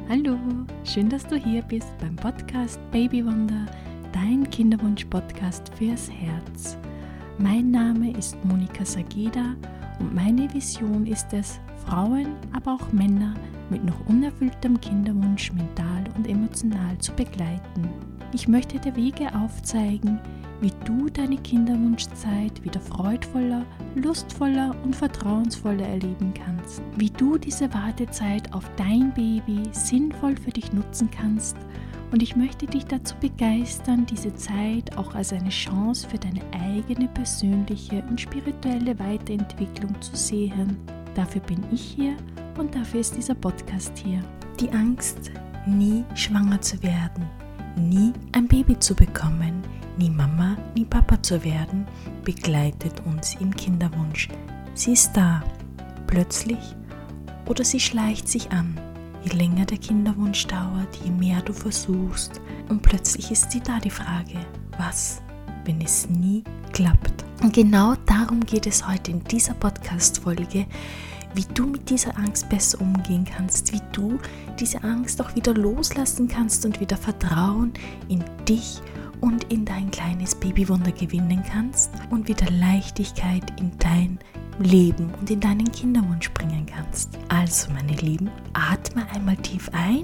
Hallo, schön, dass du hier bist beim Podcast Baby Wunder, dein Kinderwunsch-Podcast fürs Herz. Mein Name ist Monika Sageda und meine Vision ist es, Frauen, aber auch Männer mit noch unerfülltem Kinderwunsch mental und emotional zu begleiten. Ich möchte dir Wege aufzeigen, wie du deine Kinderwunschzeit wieder freudvoller, lustvoller und vertrauensvoller erleben kannst. Wie du diese Wartezeit auf dein Baby sinnvoll für dich nutzen kannst. Und ich möchte dich dazu begeistern, diese Zeit auch als eine Chance für deine eigene persönliche und spirituelle Weiterentwicklung zu sehen. Dafür bin ich hier und dafür ist dieser Podcast hier. Die Angst, nie schwanger zu werden, nie ein Baby zu bekommen, nie Mama, nie Papa zu werden, begleitet uns im Kinderwunsch. Sie ist da, plötzlich, oder sie schleicht sich an. Je länger der Kinderwunsch dauert, je mehr du versuchst, und plötzlich ist sie da, die Frage, was, wenn es nie klappt? Und genau darum geht es heute in dieser Podcast-Folge, wie du mit dieser Angst besser umgehen kannst, wie du diese Angst auch wieder loslassen kannst und wieder Vertrauen in dich und in dein kleines Babywunder gewinnen kannst und wieder Leichtigkeit in dein Leben und in deinen Kinderwunsch bringen kannst. Also meine Lieben, atme einmal tief ein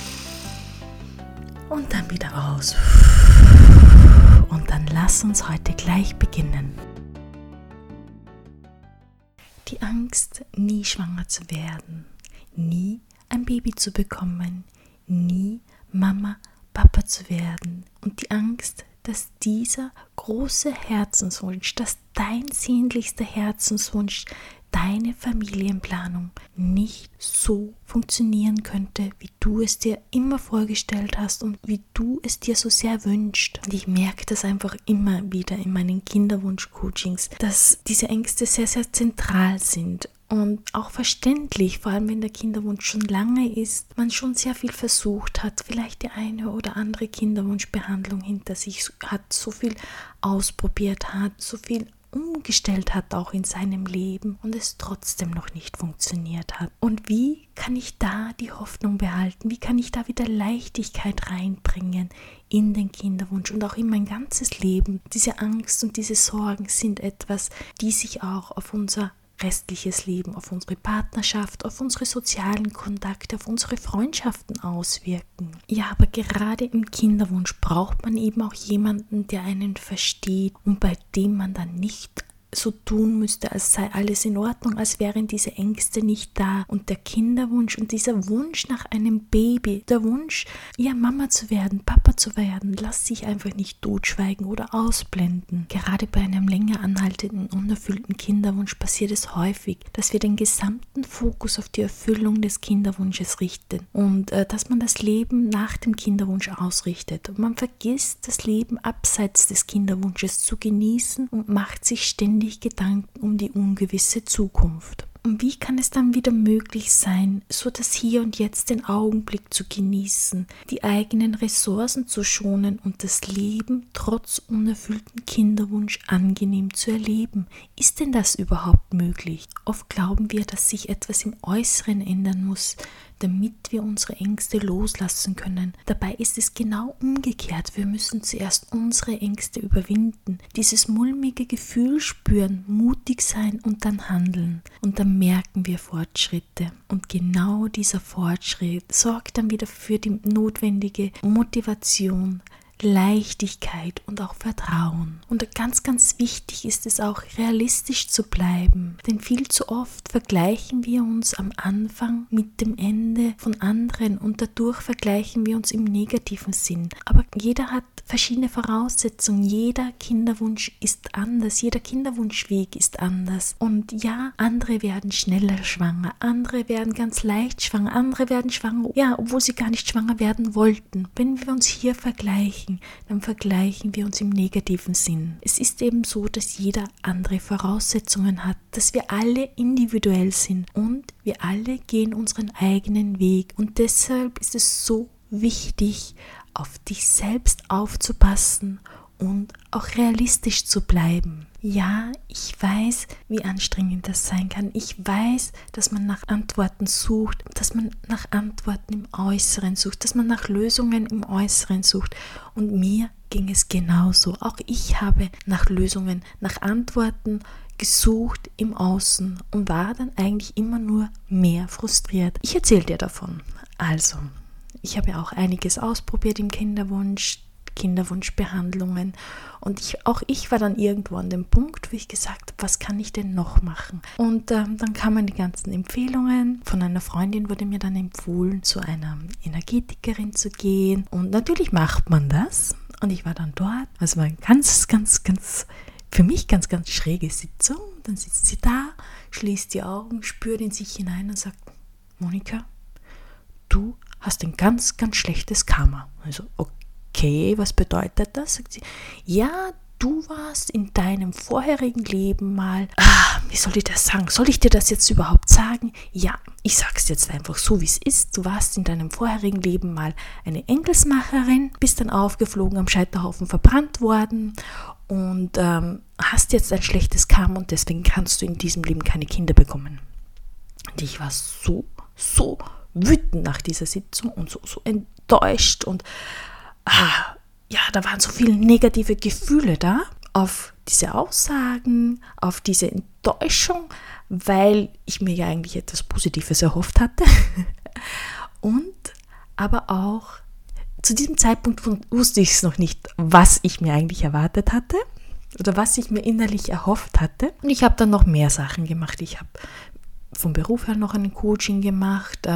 und dann wieder aus. Und dann lass uns heute gleich beginnen. Die Angst, nie schwanger zu werden, nie ein Baby zu bekommen, nie Mama, Papa zu werden, und die Angst, dass dieser große Herzenswunsch, dass dein sehnlichster Herzenswunsch, deine Familienplanung nicht so funktionieren könnte, wie du es dir immer vorgestellt hast und wie du es dir so sehr wünschst. Und ich merke das einfach immer wieder in meinen Kinderwunsch-Coachings, dass diese Ängste sehr, sehr zentral sind. Und auch verständlich, vor allem wenn der Kinderwunsch schon lange ist, man schon sehr viel versucht hat, vielleicht die eine oder andere Kinderwunschbehandlung hinter sich hat, so viel ausprobiert hat, so viel umgestellt hat auch in seinem Leben und es trotzdem noch nicht funktioniert hat. Und wie kann ich da die Hoffnung behalten? Wie kann ich da wieder Leichtigkeit reinbringen in den Kinderwunsch und auch in mein ganzes Leben? Diese Angst und diese Sorgen sind etwas, die sich auch auf unser restliches Leben, auf unsere Partnerschaft, auf unsere sozialen Kontakte, auf unsere Freundschaften auswirken. Ja, aber gerade im Kinderwunsch braucht man eben auch jemanden, der einen versteht und bei dem man dann nicht so tun müsste, als sei alles in Ordnung, als wären diese Ängste nicht da. Und der Kinderwunsch und dieser Wunsch nach einem Baby, der Wunsch, ja, Mama zu werden, Papa zu werden, lässt sich einfach nicht totschweigen oder ausblenden. Gerade bei einem länger anhaltenden, unerfüllten Kinderwunsch passiert es häufig, dass wir den gesamten Fokus auf die Erfüllung des Kinderwunsches richten und dass man das Leben nach dem Kinderwunsch ausrichtet. Und man vergisst, das Leben abseits des Kinderwunsches zu genießen und macht sich ständig Gedanken um die ungewisse Zukunft. Und wie kann es dann wieder möglich sein, so das Hier und Jetzt den Augenblick zu genießen, die eigenen Ressourcen zu schonen und das Leben trotz unerfüllten Kinderwunsch angenehm zu erleben? Ist denn das überhaupt möglich? Oft glauben wir, dass sich etwas im Äußeren ändern muss, damit wir unsere Ängste loslassen können. Dabei ist es genau umgekehrt. Wir müssen zuerst unsere Ängste überwinden, dieses mulmige Gefühl spüren, mutig sein und dann handeln. Und dann merken wir Fortschritte. Und genau dieser Fortschritt sorgt dann wieder für die notwendige Motivation, Leichtigkeit und auch Vertrauen. Und ganz, ganz wichtig ist es auch, realistisch zu bleiben. Denn viel zu oft vergleichen wir uns am Anfang mit dem Ende von anderen und dadurch vergleichen wir uns im negativen Sinn. Aber jeder hat verschiedene Voraussetzungen. Jeder Kinderwunsch ist anders. Jeder Kinderwunschweg ist anders. Und ja, andere werden schneller schwanger. Andere werden ganz leicht schwanger. Andere werden schwanger, ja, obwohl sie gar nicht schwanger werden wollten. Wenn wir uns hier vergleichen, dann vergleichen wir uns im negativen Sinn. Es ist eben so, dass jeder andere Voraussetzungen hat, dass wir alle individuell sind und wir alle gehen unseren eigenen Weg. Und deshalb ist es so wichtig, auf dich selbst aufzupassen und auch realistisch zu bleiben. Ja, ich weiß, wie anstrengend das sein kann. Ich weiß, dass man nach Antworten sucht, dass man nach Antworten im Äußeren sucht, dass man nach Lösungen im Äußeren sucht. Und mir ging es genauso. Auch ich habe nach Lösungen, nach Antworten gesucht im Außen und war dann eigentlich immer nur mehr frustriert. Ich erzähle dir davon. Also, ich habe auch einiges ausprobiert im Kinderwunschbehandlungen und ich war dann irgendwo an dem Punkt, wo ich gesagt habe, was kann ich denn noch machen? Und dann kamen die ganzen Empfehlungen. Von einer Freundin wurde mir dann empfohlen, zu einer Energetikerin zu gehen und natürlich macht man das und ich war dann dort. Es war eine für mich ganz schräge Sitzung. Dann sitzt sie da, schließt die Augen, spürt in sich hinein und sagt, Monika, du hast ein ganz schlechtes Karma. Also okay, was bedeutet das? Sagt sie, ja, du warst in deinem vorherigen Leben mal, wie soll ich das sagen? Soll ich dir das jetzt überhaupt sagen? Ja, ich sag's jetzt einfach so, wie es ist. Du warst in deinem vorherigen Leben mal eine Engelsmacherin, bist dann aufgeflogen, am Scheiterhaufen verbrannt worden und hast jetzt ein schlechtes Karma und deswegen kannst du in diesem Leben keine Kinder bekommen. Und ich war so wütend nach dieser Sitzung und so enttäuscht und da waren so viele negative Gefühle da auf diese Aussagen, auf diese Enttäuschung, weil ich mir ja eigentlich etwas Positives erhofft hatte. Und aber auch zu diesem Zeitpunkt wusste ich es noch nicht, was ich mir eigentlich erwartet hatte oder was ich mir innerlich erhofft hatte. Und ich habe dann noch mehr Sachen gemacht. Ich habe vom Beruf her noch ein Coaching gemacht,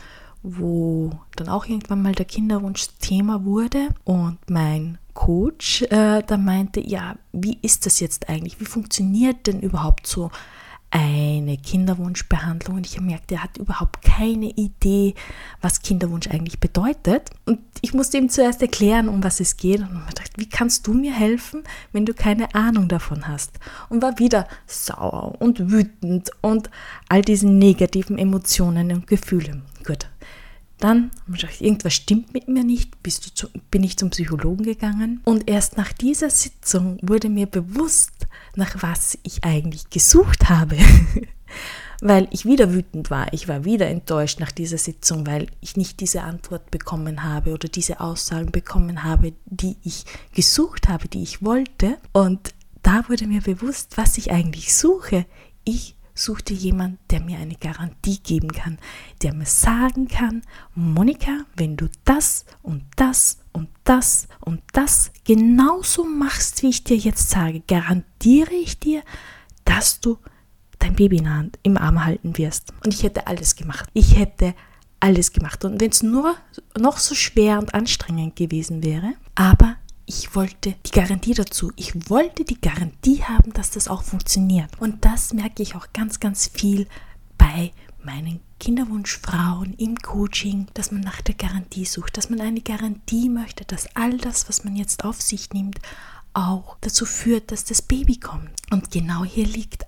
wo dann auch irgendwann mal der Kinderwunsch Thema wurde und mein Coach da meinte, ja, wie ist das jetzt eigentlich? Wie funktioniert denn überhaupt so eine Kinderwunschbehandlung? Und ich habe gemerkt, er hat überhaupt keine Idee, was Kinderwunsch eigentlich bedeutet. Und ich musste ihm zuerst erklären, um was es geht. Und ich habe gedacht, wie kannst du mir helfen, wenn du keine Ahnung davon hast? Und war wieder sauer und wütend und all diese negativen Emotionen und Gefühle. Gut. Dann habe ich gedacht, irgendwas stimmt mit mir nicht, bin ich zum Psychologen gegangen und erst nach dieser Sitzung wurde mir bewusst, nach was ich eigentlich gesucht habe, weil ich wieder wütend war. Ich war wieder enttäuscht nach dieser Sitzung, weil ich nicht diese Antwort bekommen habe oder diese Aussagen bekommen habe, die ich gesucht habe, die ich wollte. Und da wurde mir bewusst, was ich eigentlich suche. Ich suchte jemand, der mir eine Garantie geben kann, der mir sagen kann, Monika, wenn du das und das und das und das genauso machst, wie ich dir jetzt sage, garantiere ich dir, dass du dein Baby im Arm halten wirst. Und ich hätte alles gemacht. Und wenn es nur noch so schwer und anstrengend gewesen wäre, aber ich wollte die Garantie dazu. Ich wollte die Garantie haben, dass das auch funktioniert. Und das merke ich auch ganz viel bei meinen Kinderwunschfrauen im Coaching, dass man nach der Garantie sucht, dass man eine Garantie möchte, dass all das, was man jetzt auf sich nimmt, auch dazu führt, dass das Baby kommt. Und genau hier liegt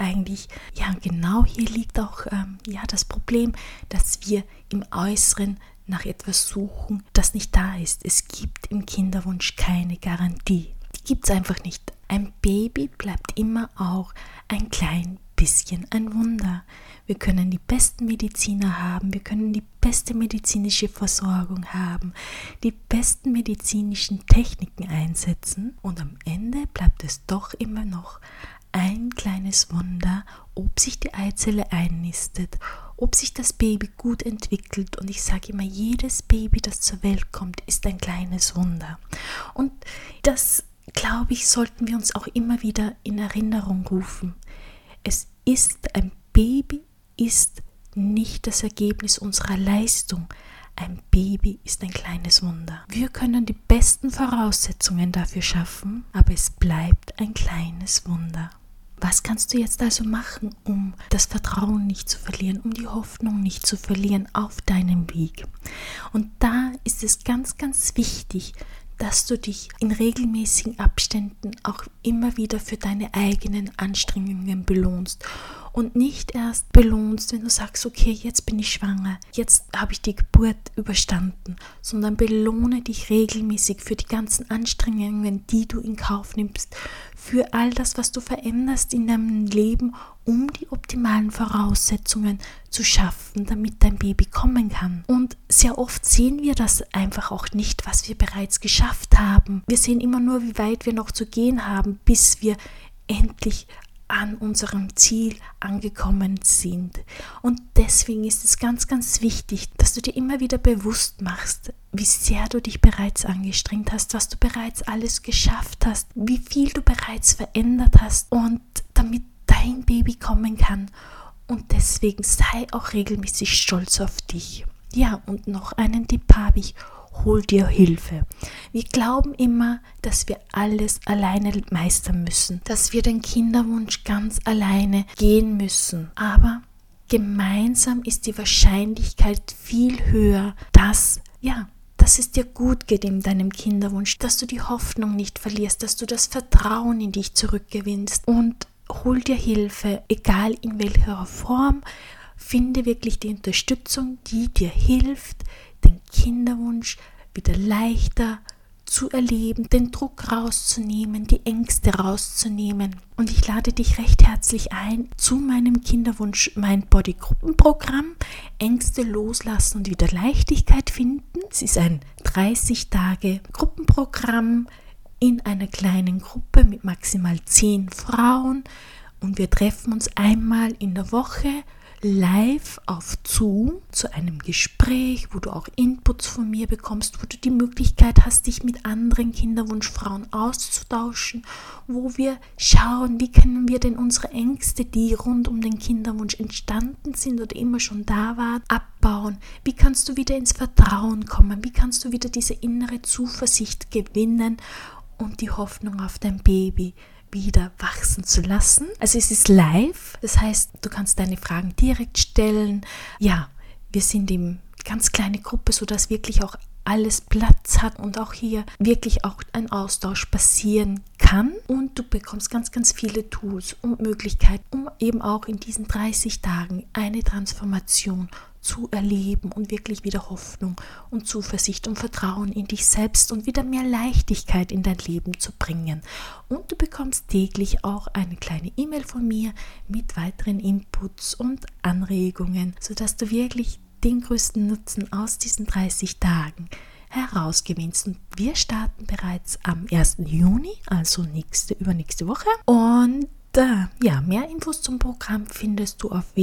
auch das Problem, dass wir im Äußeren nach etwas suchen, das nicht da ist. Es gibt im Kinderwunsch keine Garantie. Die gibt es einfach nicht. Ein Baby bleibt immer auch ein klein bisschen ein Wunder. Wir können die besten Mediziner haben, wir können die beste medizinische Versorgung haben, die besten medizinischen Techniken einsetzen und am Ende bleibt es doch immer noch ein kleines Wunder, ob sich die Eizelle einnistet, ob sich das Baby gut entwickelt. Und ich sage immer, jedes Baby, das zur Welt kommt, ist ein kleines Wunder. Und das, glaube ich, sollten wir uns auch immer wieder in Erinnerung rufen. Ein Baby ist nicht das Ergebnis unserer Leistung. Ein Baby ist ein kleines Wunder. Wir können die besten Voraussetzungen dafür schaffen, aber es bleibt ein kleines Wunder. Was kannst du jetzt also machen, um das Vertrauen nicht zu verlieren, um die Hoffnung nicht zu verlieren auf deinem Weg? Und da ist es ganz wichtig, dass du dich in regelmäßigen Abständen auch immer wieder für deine eigenen Anstrengungen belohnst und nicht erst belohnst, wenn du sagst, okay, jetzt bin ich schwanger, jetzt habe ich die Geburt überstanden, sondern belohne dich regelmäßig für die ganzen Anstrengungen, die du in Kauf nimmst, für all das, was du veränderst in deinem Leben, um die optimalen Voraussetzungen zu schaffen, damit dein Baby kommen kann. Und sehr oft sehen wir das einfach auch nicht, was wir bereits geschafft haben. Wir sehen immer nur, wie weit wir noch zu gehen haben, bis wir endlich an unserem Ziel angekommen sind. Und deswegen ist es ganz, ganz wichtig, dass du dir immer wieder bewusst machst, wie sehr du dich bereits angestrengt hast, was du bereits alles geschafft hast, wie viel du bereits verändert hast und damit dein Baby kommen kann. Und deswegen sei auch regelmäßig stolz auf dich. Ja, und noch einen Tipp habe ich. Hol dir Hilfe. Wir glauben immer, dass wir alles alleine meistern müssen, dass wir den Kinderwunsch ganz alleine gehen müssen. Aber gemeinsam ist die Wahrscheinlichkeit viel höher, dass es dir gut geht in deinem Kinderwunsch, dass du die Hoffnung nicht verlierst, dass du das Vertrauen in dich zurückgewinnst. Und hol dir Hilfe, egal in welcher Form. Finde wirklich die Unterstützung, die dir hilft, den Kinderwunsch wieder leichter zu erleben, den Druck rauszunehmen, die Ängste rauszunehmen. Und ich lade dich recht herzlich ein zu meinem Kinderwunsch Mindbody-Gruppenprogramm Ängste loslassen und wieder Leichtigkeit finden. Es ist ein 30-Tage-Gruppenprogramm in einer kleinen Gruppe mit maximal 10 Frauen und wir treffen uns einmal in der Woche live auf Zoom zu einem Gespräch, wo du auch Inputs von mir bekommst, wo du die Möglichkeit hast, dich mit anderen Kinderwunschfrauen auszutauschen, wo wir schauen, wie können wir denn unsere Ängste, die rund um den Kinderwunsch entstanden sind oder immer schon da waren, abbauen. Wie kannst du wieder ins Vertrauen kommen? Wie kannst du wieder diese innere Zuversicht gewinnen und die Hoffnung auf dein Baby wieder wachsen zu lassen. Also es ist live, das heißt, du kannst deine Fragen direkt stellen. Ja, wir sind in ganz kleine Gruppe, sodass wirklich auch alles Platz hat und auch hier wirklich auch ein Austausch passieren kann. Und du bekommst ganz, ganz viele Tools und Möglichkeiten, um eben auch in diesen 30 Tagen eine Transformation zu erleben und wirklich wieder Hoffnung und Zuversicht und Vertrauen in dich selbst und wieder mehr Leichtigkeit in dein Leben zu bringen. Und du bekommst täglich auch eine kleine E-Mail von mir mit weiteren Inputs und Anregungen, sodass du wirklich den größten Nutzen aus diesen 30 Tagen herausgewinnst. Und wir starten bereits am 1. Juni, also übernächste Woche. Und mehr Infos zum Programm findest du auf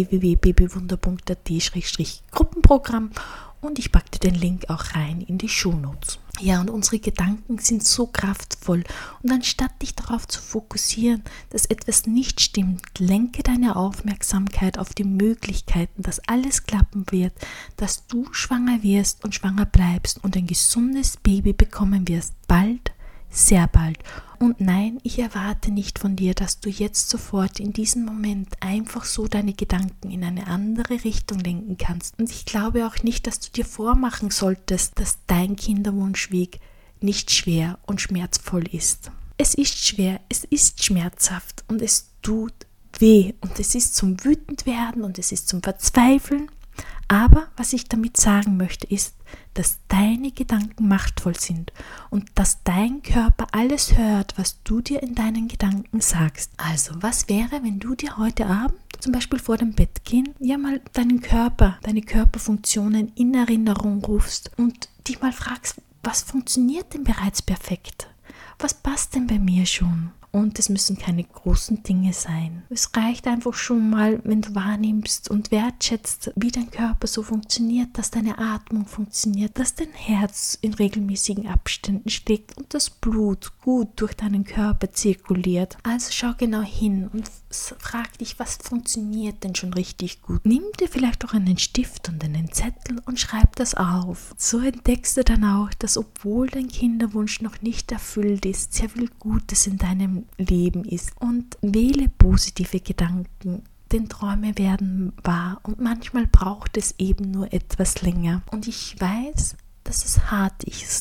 www.babywunder.at/Gruppenprogramm und ich packe dir den Link auch rein in die Shownotes. Ja, und unsere Gedanken sind so kraftvoll und anstatt dich darauf zu fokussieren, dass etwas nicht stimmt, lenke deine Aufmerksamkeit auf die Möglichkeiten, dass alles klappen wird, dass du schwanger wirst und schwanger bleibst und ein gesundes Baby bekommen wirst, bald, sehr bald. Und nein, ich erwarte nicht von dir, dass du jetzt sofort in diesem Moment einfach so deine Gedanken in eine andere Richtung lenken kannst. Und ich glaube auch nicht, dass du dir vormachen solltest, dass dein Kinderwunschweg nicht schwer und schmerzvoll ist. Es ist schwer, es ist schmerzhaft und es tut weh und es ist zum Wütendwerden und es ist zum Verzweifeln. Aber was ich damit sagen möchte, ist, dass deine Gedanken machtvoll sind und dass dein Körper alles hört, was du dir in deinen Gedanken sagst. Also, was wäre, wenn du dir heute Abend, zum Beispiel vor dem Bett gehen, mal deine Körperfunktionen in Erinnerung rufst und dich mal fragst, was funktioniert denn bereits perfekt? Was passt denn bei mir schon? Und es müssen keine großen Dinge sein. Es reicht einfach schon mal, wenn du wahrnimmst und wertschätzt, wie dein Körper so funktioniert, dass deine Atmung funktioniert, dass dein Herz in regelmäßigen Abständen schlägt und das Blut gut durch deinen Körper zirkuliert. Also schau genau hin und frag dich, was funktioniert denn schon richtig gut. Nimm dir vielleicht auch einen Stift und einen Zettel und schreib das auf. So entdeckst du dann auch, dass obwohl dein Kinderwunsch noch nicht erfüllt ist, sehr viel Gutes in deinem Leben ist. Und wähle positive Gedanken, denn Träume werden wahr und manchmal braucht es eben nur etwas länger. Und ich weiß, dass es hart ist.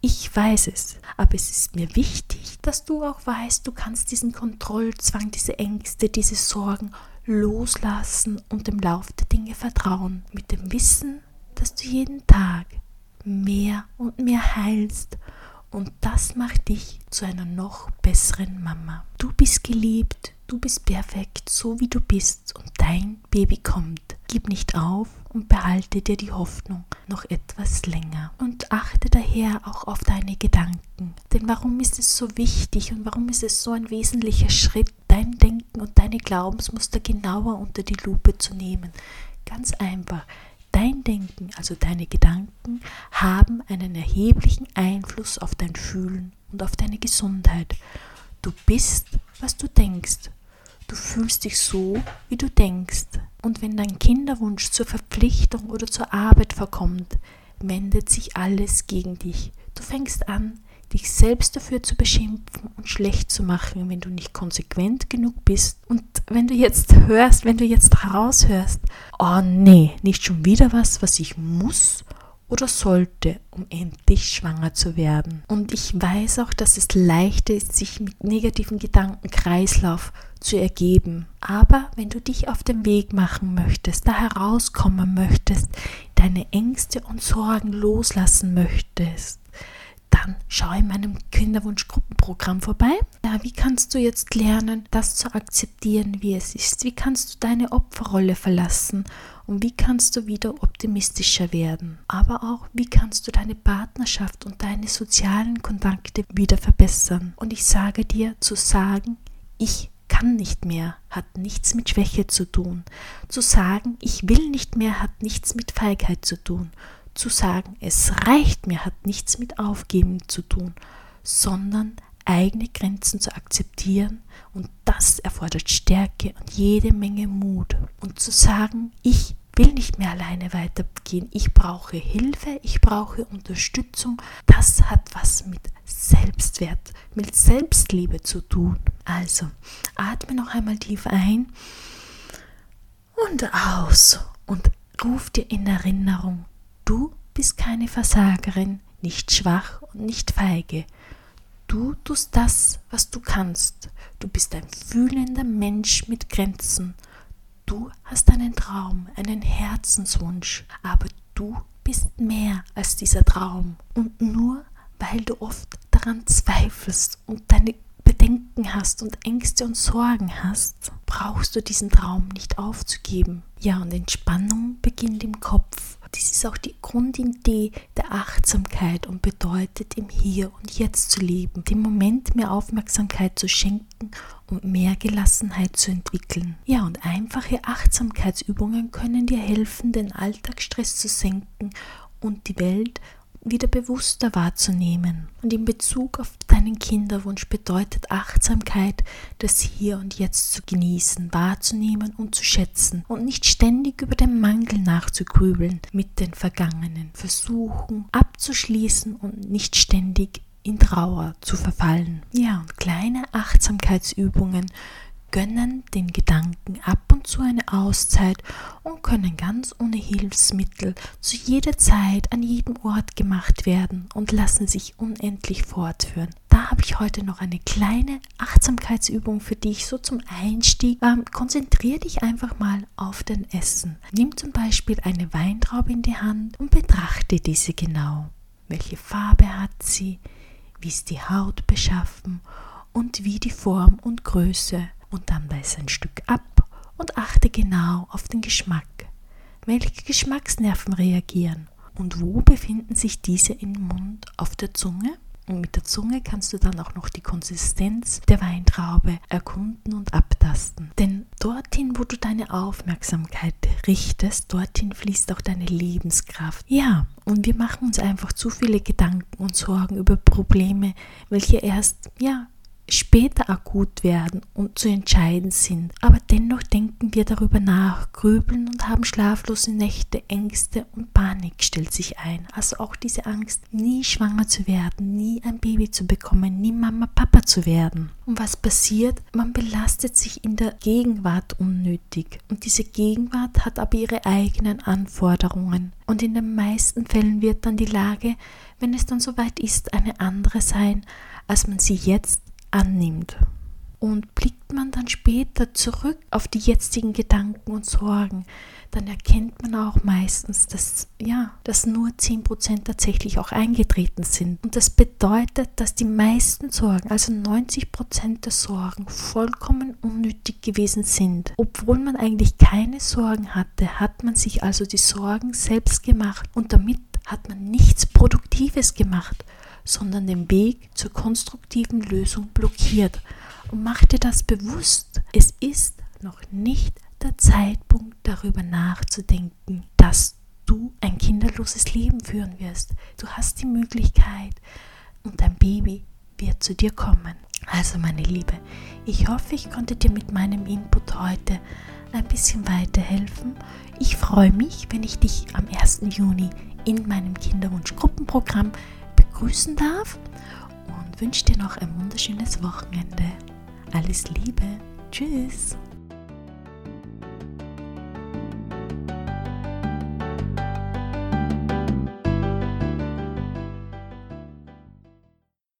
Ich weiß es, aber es ist mir wichtig, dass du auch weißt, du kannst diesen Kontrollzwang, diese Ängste, diese Sorgen loslassen und dem Lauf der Dinge vertrauen. Mit dem Wissen, dass du jeden Tag mehr und mehr heilst. Und das macht dich zu einer noch besseren Mama. Du bist geliebt, du bist perfekt, so wie du bist und dein Baby kommt. Gib nicht auf und behalte dir die Hoffnung noch etwas länger. Und achte daher auch auf deine Gedanken. Denn warum ist es so wichtig und warum ist es so ein wesentlicher Schritt, dein Denken und deine Glaubensmuster genauer unter die Lupe zu nehmen? Ganz einfach. Dein Denken, also deine Gedanken, haben einen erheblichen Einfluss auf dein Fühlen und auf deine Gesundheit. Du bist, was du denkst. Du fühlst dich so, wie du denkst. Und wenn dein Kinderwunsch zur Verpflichtung oder zur Arbeit verkommt, wendet sich alles gegen dich. Du fängst an, dich selbst dafür zu beschimpfen und schlecht zu machen, wenn du nicht konsequent genug bist. Und wenn du jetzt raushörst, oh nee, nicht schon wieder was ich muss oder sollte, um endlich schwanger zu werden. Und ich weiß auch, dass es leichter ist, sich mit negativen Gedankenkreislauf zu ergeben. Aber wenn du dich auf den Weg machen möchtest, da herauskommen möchtest, deine Ängste und Sorgen loslassen möchtest, dann schau in meinem Kinderwunsch-Gruppenprogramm vorbei. Ja, wie kannst du jetzt lernen, das zu akzeptieren, wie es ist? Wie kannst du deine Opferrolle verlassen? Und wie kannst du wieder optimistischer werden? Aber auch, wie kannst du deine Partnerschaft und deine sozialen Kontakte wieder verbessern? Und ich sage dir, zu sagen, ich kann nicht mehr, hat nichts mit Schwäche zu tun. Zu sagen, ich will nicht mehr, hat nichts mit Feigheit zu tun. Zu sagen, es reicht mir, hat nichts mit Aufgeben zu tun, sondern eigene Grenzen zu akzeptieren, und das erfordert Stärke und jede Menge Mut. Und zu sagen, ich will nicht mehr alleine weitergehen, ich brauche Hilfe, ich brauche Unterstützung, das hat was mit Selbstwert, mit Selbstliebe zu tun. Also, atme noch einmal tief ein und aus und ruf dir in Erinnerung, du bist keine Versagerin, nicht schwach und nicht feige. Du tust das, was du kannst. Du bist ein fühlender Mensch mit Grenzen. Du hast einen Traum, einen Herzenswunsch, aber du bist mehr als dieser Traum. Und nur weil du oft daran zweifelst und deine Bedenken hast und Ängste und Sorgen hast, brauchst du diesen Traum nicht aufzugeben. Ja, und Entspannung beginnt im Kopf. Dies ist auch die Grundidee der Achtsamkeit und bedeutet, im Hier und Jetzt zu leben, dem Moment mehr Aufmerksamkeit zu schenken und mehr Gelassenheit zu entwickeln. Ja, und einfache Achtsamkeitsübungen können dir helfen, den Alltagsstress zu senken und die Welt wieder bewusster wahrzunehmen. Und in Bezug auf deinen Kinderwunsch bedeutet Achtsamkeit, das Hier und Jetzt zu genießen, wahrzunehmen und zu schätzen und nicht ständig über den Mangel nachzugrübeln, mit den vergangenen Versuchen abzuschließen und nicht ständig in Trauer zu verfallen. Ja, und kleine Achtsamkeitsübungen gönnen den Gedanken ab und zu eine Auszeit und können ganz ohne Hilfsmittel zu jeder Zeit an jedem Ort gemacht werden und lassen sich unendlich fortführen. Da habe ich heute noch eine kleine Achtsamkeitsübung für dich, so zum Einstieg. Konzentriere dich einfach mal auf dein Essen. Nimm zum Beispiel eine Weintraube in die Hand und betrachte diese genau. Welche Farbe hat sie? Wie ist die Haut beschaffen? Und wie die Form und Größe? Und dann beiß ein Stück ab und achte genau auf den Geschmack. Welche Geschmacksnerven reagieren und wo befinden sich diese im Mund, auf der Zunge? Und mit der Zunge kannst du dann auch noch die Konsistenz der Weintraube erkunden und abtasten. Denn dorthin, wo du deine Aufmerksamkeit richtest, dorthin fließt auch deine Lebenskraft. Ja, und wir machen uns einfach zu viele Gedanken und Sorgen über Probleme, welche erst, später akut werden und zu entscheiden sind. Aber dennoch denken wir darüber nach, grübeln und haben schlaflose Nächte, Ängste und Panik stellt sich ein. Also auch diese Angst, nie schwanger zu werden, nie ein Baby zu bekommen, nie Mama, Papa zu werden. Und was passiert? Man belastet sich in der Gegenwart unnötig. Und diese Gegenwart hat aber ihre eigenen Anforderungen. Und in den meisten Fällen wird dann die Lage, wenn es dann soweit ist, eine andere sein, als man sie jetzt annimmt. Und blickt man dann später zurück auf die jetzigen Gedanken und Sorgen, dann erkennt man auch meistens, dass nur 10% tatsächlich auch eingetreten sind. Und das bedeutet, dass die meisten Sorgen, also 90% der Sorgen, vollkommen unnötig gewesen sind. Obwohl man eigentlich keine Sorgen hatte, hat man sich also die Sorgen selbst gemacht und damit hat man nichts Produktives gemacht, sondern den Weg zur konstruktiven Lösung blockiert. Und mach dir das bewusst, es ist noch nicht der Zeitpunkt, darüber nachzudenken, dass du ein kinderloses Leben führen wirst. Du hast die Möglichkeit und dein Baby wird zu dir kommen. Also meine Liebe, ich hoffe, ich konnte dir mit meinem Input heute ein bisschen weiterhelfen. Ich freue mich, wenn ich dich am 1. Juni in meinem Kinderwunsch-Gruppenprogramm begrüßen darf und wünsche dir noch ein wunderschönes Wochenende. Alles Liebe. Tschüss.